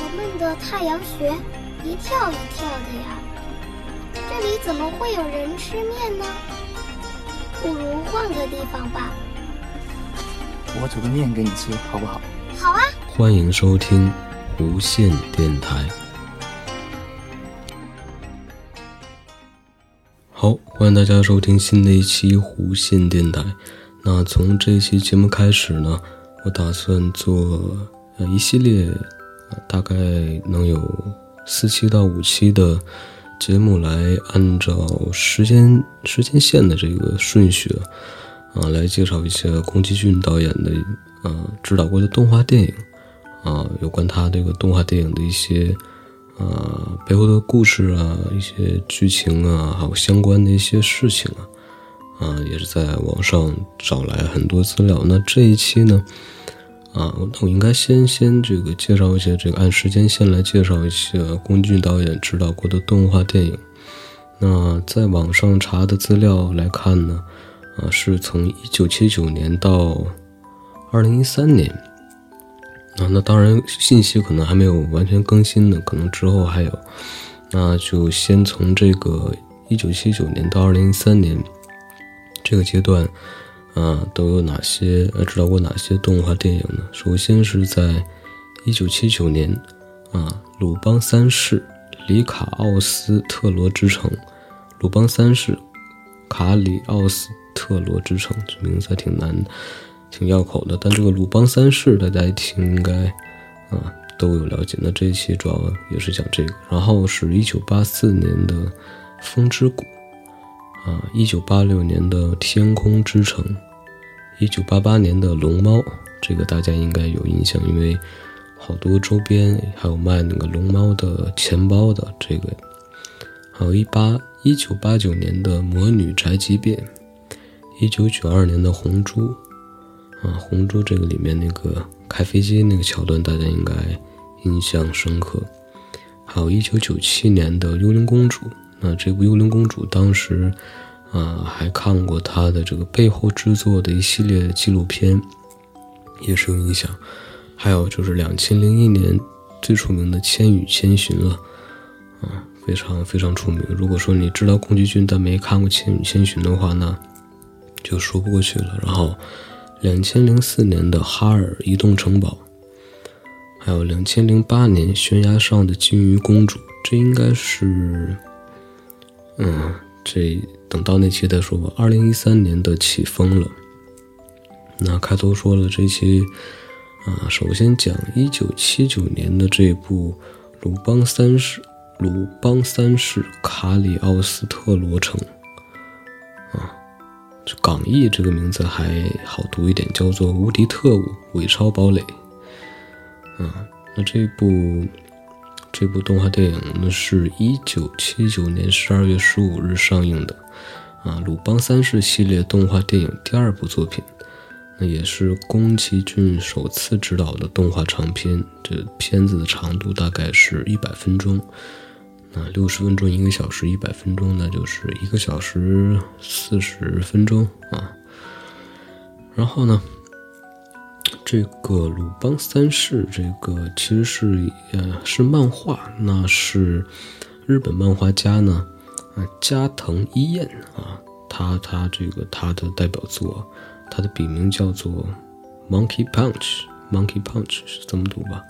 闷的太阳穴一跳一跳的呀。这里怎么会有人吃面呢？不如换个地方吧。 我煮个面给你吃，好不好？ 好啊。 欢迎收听无线电台。好，欢迎大家收听新的一期无线电台。那从这一期节目开始呢，我打算做一系列大概能有4期到5期的节目，来按照时间线的这个顺序来介绍一些宫崎骏导演的指导过的动画电影有关他这个动画电影的一些背后的故事一些剧情还有相关的一些事情也是在网上找来很多资料。那这一期呢那我应该先这个介绍一些这个按时间线来介绍一些宫崎骏导演指导过的动画电影。那在网上查的资料来看呢是从1979年到2013年那当然信息可能还没有完全更新呢，可能之后还有。那就先从这个1979年到2013年这个阶段都有哪些指导过哪些动画电影呢？首先是在1979年鲁邦三世里卡奥斯特罗之城，鲁邦三世卡里奥斯特罗之城，这名字还挺难的，挺绕口的，但这个鲁邦三世大家一听应该都有了解。那这一期主要也是讲这个。然后是1984年的风之谷1986年的天空之城，1988年的龙猫，这个大家应该有印象，因为好多周边还有卖那个龙猫的钱包的这个。还有1989年的魔女宅急便，1992年的红猪红猪这个里面那个开飞机那个桥段大家应该印象深刻。还有1997年的幽灵公主，那这部幽灵公主当时还看过她的这个背后制作的一系列的纪录片，也是有影响。还有就是2001年最出名的《千与千寻》了非常非常出名。如果说你知道宫崎骏但没看过《千与千寻》的话，那就说不过去了。然后2004年的哈尔移动城堡，还有2008年悬崖上的金鱼公主，这应该是这等到那期再说吧。2013年的起风了。那开头说了，这期首先讲1979年的这部鲁邦三世卡里奥斯特罗城这港译这个名字还好读一点，叫做无敌特务伪超堡垒那这部动画电影呢是1979年12月15日上映的鲁邦三世系列动画电影第2部作品，那也是宫崎骏首次执导的动画长片。这片子的长度大概是100分钟，那60分钟1个小时，100分钟那就是1个小时40分钟然后呢这个鲁邦三世这个其实是漫画，那是日本漫画家呢加藤一彦他的代表作，他的笔名叫做 Monkey Punch 是这么读吧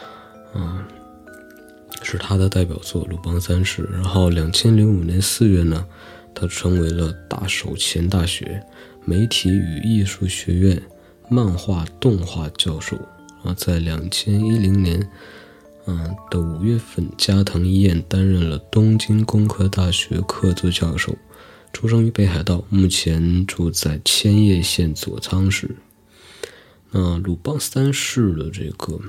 是他的代表作鲁邦三世。然后2005年4月呢，他成为了大手前大学媒体与艺术学院漫画动画教授在2010年的5月份，加藤一彦担任了东京工科大学客座教授，出生于北海道，目前住在千叶县佐仓市。那鲁邦三世的这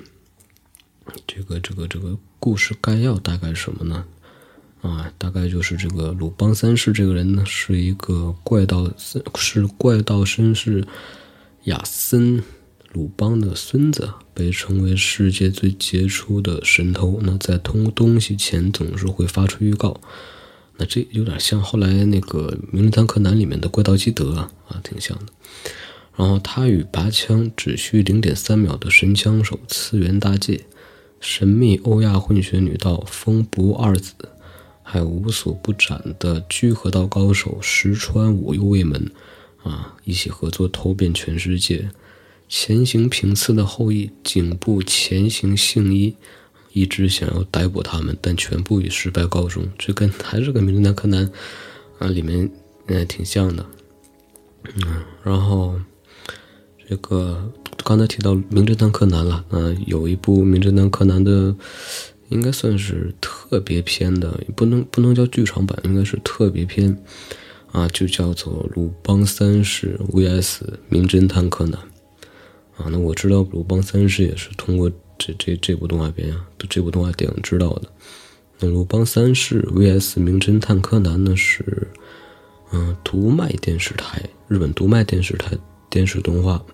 个故事概要大概是什么呢大概就是这个鲁邦三世这个人呢是一个怪盗绅士亚森鲁邦的孙子，被称为世界最杰出的神偷。那在偷东西前总是会发出预告，那这有点像后来那个名侦探柯南里面的怪盗基德挺像的。然后他与拔枪只需 0.3 秒的神枪手次元大介神秘欧亚混血女道风不二子，还有无所不斩的居合道高手石川五右卫门一起合作偷遍全世界。前行平次的后裔颈部前行幸一一直想要逮捕他们，但全部以失败告终。这还是跟名侦探柯南里面挺像的。然后这个刚才提到名侦探柯南了，有一部名侦探柯南的应该算是特别篇的，不能叫剧场版，应该是特别篇就叫做鲁邦三世 vs 名侦探柯南那我知道鲁邦三世也是通过这部动画片这部动画电影知道的。那鲁邦三世 vs 名侦探柯南呢是读卖电视台，日本读卖电视台电视动画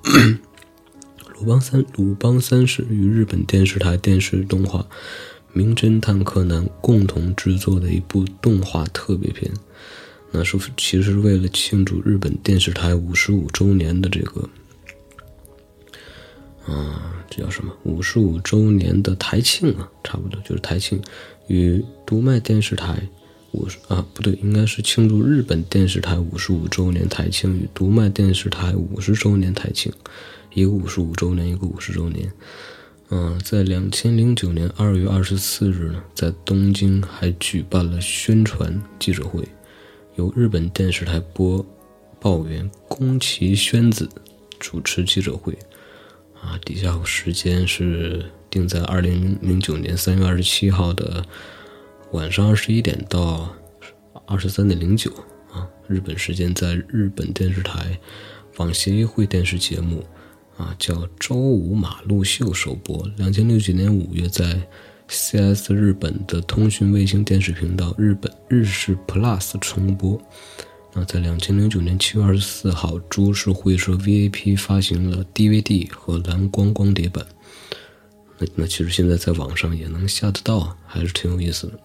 鲁邦三世与日本电视台电视动画名侦探柯南共同制作的一部动画特别片。那其实是为了庆祝日本电视台55周年的这个这叫什么55周年的台庆差不多就是台庆，与读卖电视台不对，应该是庆祝日本电视台55周年台庆与读卖电视台50周年台庆，一个55周年，一个50周年。在2009年2月24日呢，在东京还举办了宣传记者会，由日本电视台播报员宫崎宣子主持记者会。底下时间是定在2009年3月27号的晚上21点到23:09日本时间，在日本电视台网协议会电视节目叫周五马路秀首播。2009年5月在 CS 日本的通讯卫星电视频道日视 Plus 重播。在2009年7月24号株式会社 VAP 发行了 DVD 和蓝光光碟版。那其实现在在网上也能下得到，还是挺有意思的。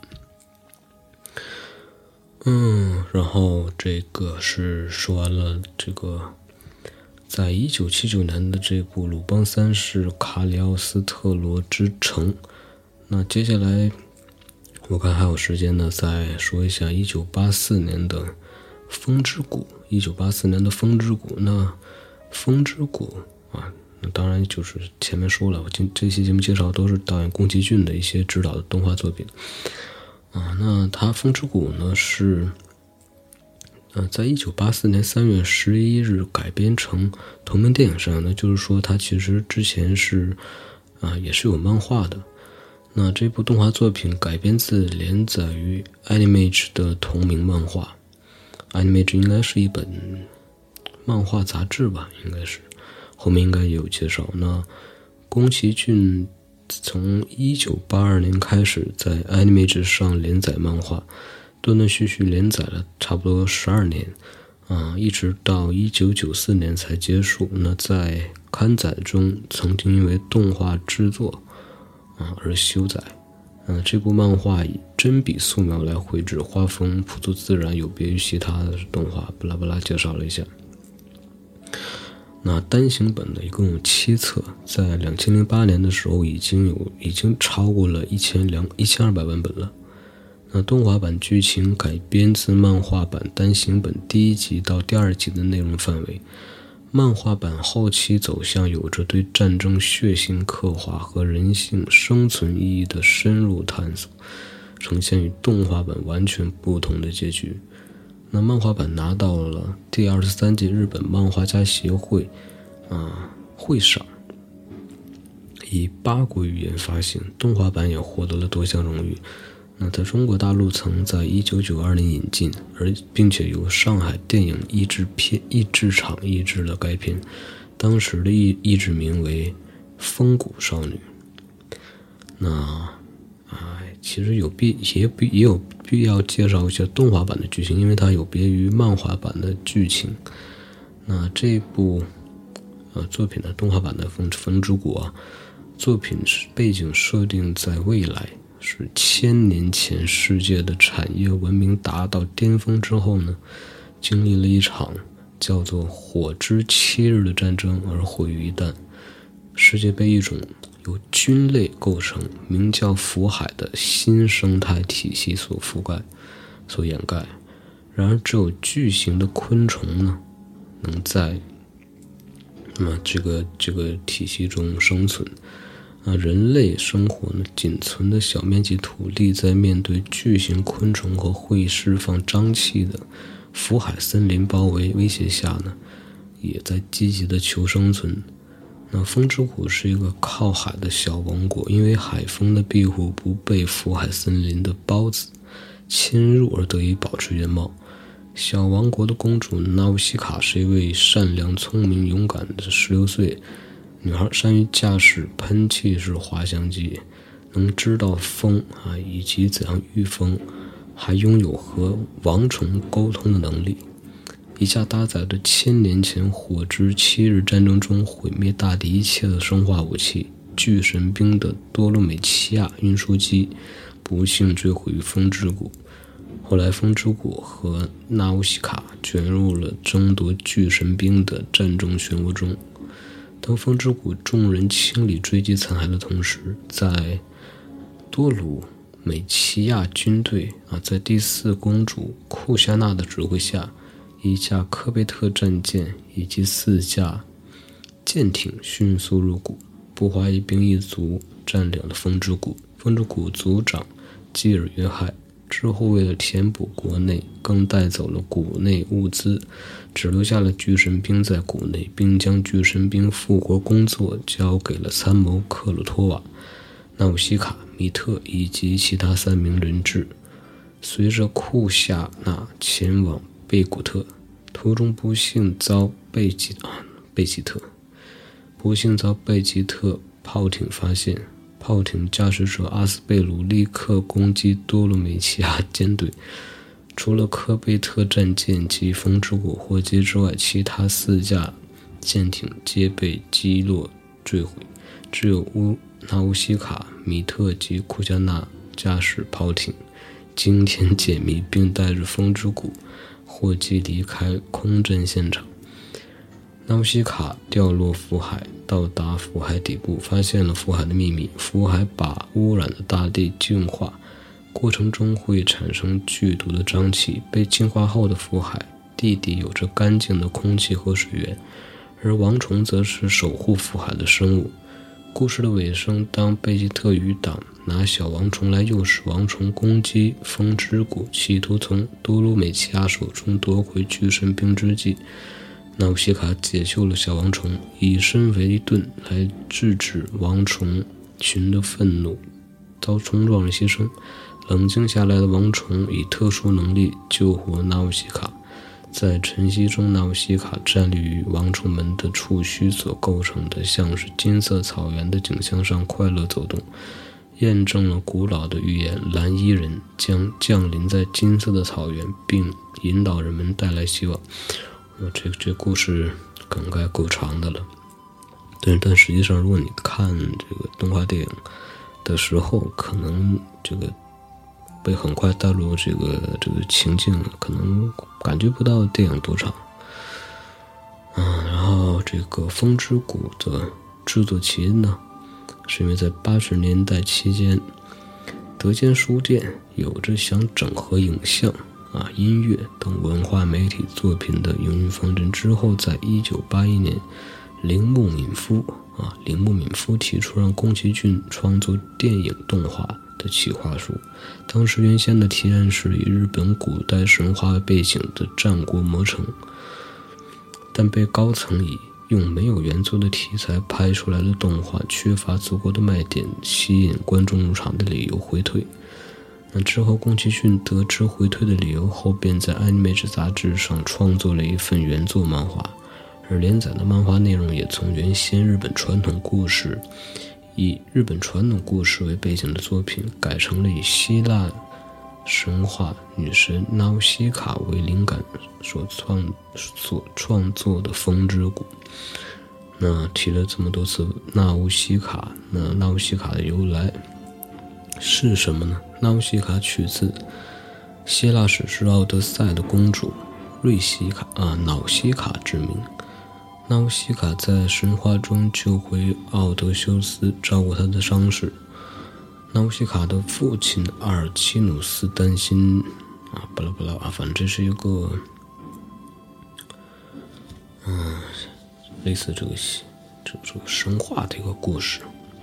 然后这个是说完了这个在1979年的这部鲁邦三世卡里奥斯特罗之城。那接下来我看还有时间呢，再说一下1984年的风之谷。1984年的风之谷，那风之谷那当然就是前面说了，这期节目介绍都是导演宫崎骏的一些指导的动画作品那他风之谷呢是在1984年3月11日改编成同名电影上，那就是说它其实之前是也是有漫画的。那这部动画作品改编自连载于 Animage 的同名漫画。Animage 应该是一本漫画杂志吧，应该是，后面应该也有介绍。那宫崎骏从1982年开始在 Animage 上连载漫画，断断续续连载了差不多12年一直到1994年才结束。那在刊载中曾经因为动画制作而修改。这部漫画以真笔素描来绘制，画风朴素自然，有别于其他的动画，巴拉巴拉介绍了一下。那单行本的一共有7册，在2008年的时候已经超过了1200万本了。那动画版剧情改编自漫画版单行本第1集到第2集的内容范围，漫画版后期走向有着对战争血腥刻画和人性生存意义的深入探索，呈现与动画版完全不同的结局。那漫画版拿到了第23届日本漫画家协会会赏，以8国语言发行，动画版也获得了多项荣誉。那在中国大陆曾在1992年引进，并且由上海电影译制厂译制了该片，当时的译制名为风谷少女。那其实也有必要介绍一下动画版的剧情，因为它有别于漫画版的剧情。那这部作品的动画版的风之谷作品背景设定在未来，是1000年前世界的产业文明达到巅峰之后呢，经历了一场叫做火之7日的战争而毁于一旦，世界被一种由菌类构成名叫福海的新生态体系所掩盖。然而只有巨型的昆虫呢，能在这个体系中生存。人类生活呢，仅存的小面积土地在面对巨型昆虫和会释放瘴气的福海森林包围威胁下呢，也在积极的求生存。那风之谷是一个靠海的小王国，因为海风的庇护，不被福海森林的孢子侵入而得以保持原貌。小王国的公主纳乌西卡是一位善良、聪明、勇敢的16岁女孩，善于驾驶喷气式滑翔机，能知道风以及怎样御风，还拥有和王虫沟通的能力。一架搭载着1000年前火之7日战争中毁灭大地一切的生化武器巨神兵的多洛美奇亚运输机不幸坠毁于风之谷。后来风之谷和纳乌西卡卷入了争夺巨神兵的战争漩涡中。当风之谷众人清理坠机残骸的同时，在多鲁美奇亚军队在第4公主库夏娜的指挥下，一架科贝特战舰以及4架舰艇迅速入谷，不花一兵一卒占领了风之谷。风之谷族长基尔约翰之后为了填补国内，更带走了谷内物资，只留下了巨神兵在谷内，并将巨神兵复活工作交给了参谋克鲁托瓦、纳乌西卡、米特以及其他3名人质。随着库夏娜前往贝古特，途中不幸遭贝吉特炮艇发现，炮艇驾驶者阿斯贝鲁立刻攻击多洛美奇亚舰队。除了科贝特战舰及风之谷获击之外，其他4架舰艇皆被击落坠毁，只有纳乌西卡、米特及库加纳驾驶炮艇惊天解谜，并带着风之谷获机离开空战现场。纳乌西卡掉落福海，到达福海底部，发现了福海的秘密。福海把污染的大地净化，过程中会产生剧毒的瘴气。被净化后的福海地底有着干净的空气和水源，而王虫则是守护福海的生物。故事的尾声，当贝吉特余党拿小王虫来诱使王虫攻击风之谷，企图从多鲁美奇亚手中夺回巨神兵之际，纳乌西卡解救了小王虫，以身为一盾来制止王虫群的愤怒，遭冲撞而牺牲。冷静下来的王虫以特殊能力救活纳乌西卡。在晨曦中，纳乌西卡站立于王虫们的触须所构成的像是金色草原的景象上，快乐走动，验证了古老的预言：蓝衣人将降临在金色的草原，并引导人们带来希望。这故事梗概够长的了，但实际上如果你看这个动画电影的时候，可能这个被很快带入这个情境，可能感觉不到电影多长。然后这个风之谷的制作起因呢，是因为在80年代期间，德间书店有着想整合影像音乐等文化媒体作品的营运方针。之后在1981年，铃木敏夫提出让宫崎骏创作电影动画的企划书。当时原先的提案是以日本古代神话为背景的战国魔城，但被高层以用没有原作的题材拍出来的动画缺乏足够的卖点吸引观众入场的理由回退。之后宫崎骏得知回退的理由后，便在 Animage 杂志上创作了一份原作漫画，而连载的漫画内容也从原先以日本传统故事为背景的作品，改成了以希腊神话女神纳乌西卡为灵感所创作的风之谷。那提了这么多次纳乌西卡，那纳乌西卡的由来是什么呢？纳乌西卡取自希腊史诗《奥德赛》的公主瑙西卡之名。 纳乌西卡在神话中救回奥德修斯，照顾他的伤势。纳乌西卡的父亲阿尔奇努斯担心巴拉巴拉反正这是一个类似这个神话的一个故事。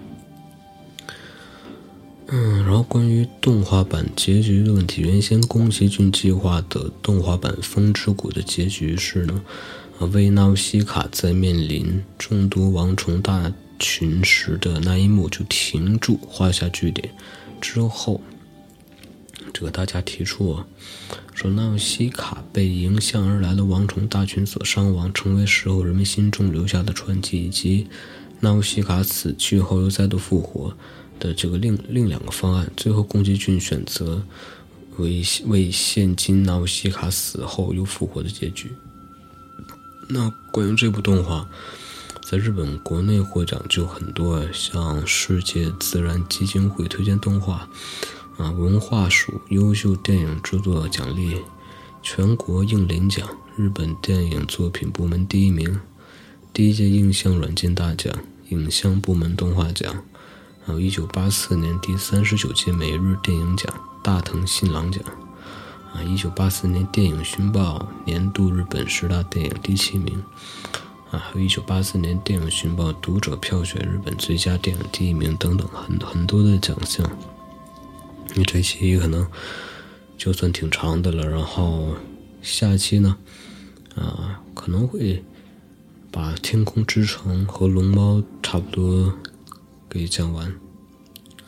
然后关于动画版结局的问题，原先宫崎骏计划的动画版《风之谷》的结局是呢，为纳乌西卡在面临众多王虫大群时的那一幕就停住，画下句点。之后，这个大家提出说纳乌西卡被迎向而来的王虫大群所伤亡，成为事后人们心中留下的传奇，以及纳乌西卡死去后又再度复活的这个另两个方案。最后宫崎骏选择为现今纳乌西卡死后又复活的结局。那关于这部动画，在日本国内获奖就很多，像世界自然基金会推荐动画文化署优秀电影制作奖励，全国映联奖，日本电影作品部门第1名，第1届映像软件大奖，影像部门动画奖，还有1984年第39届每日电影奖大藤新郎奖，1984年电影讯报年度日本10大电影第7名，还有1984年电影讯报读者票选日本最佳电影第1名等等，很多的奖项。因为这期可能就算挺长的了，然后下期呢可能会把天空之城和龙猫差不多给讲完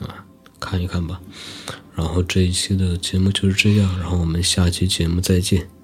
看一看吧。然后这一期的节目就是这样，然后我们下期节目再见。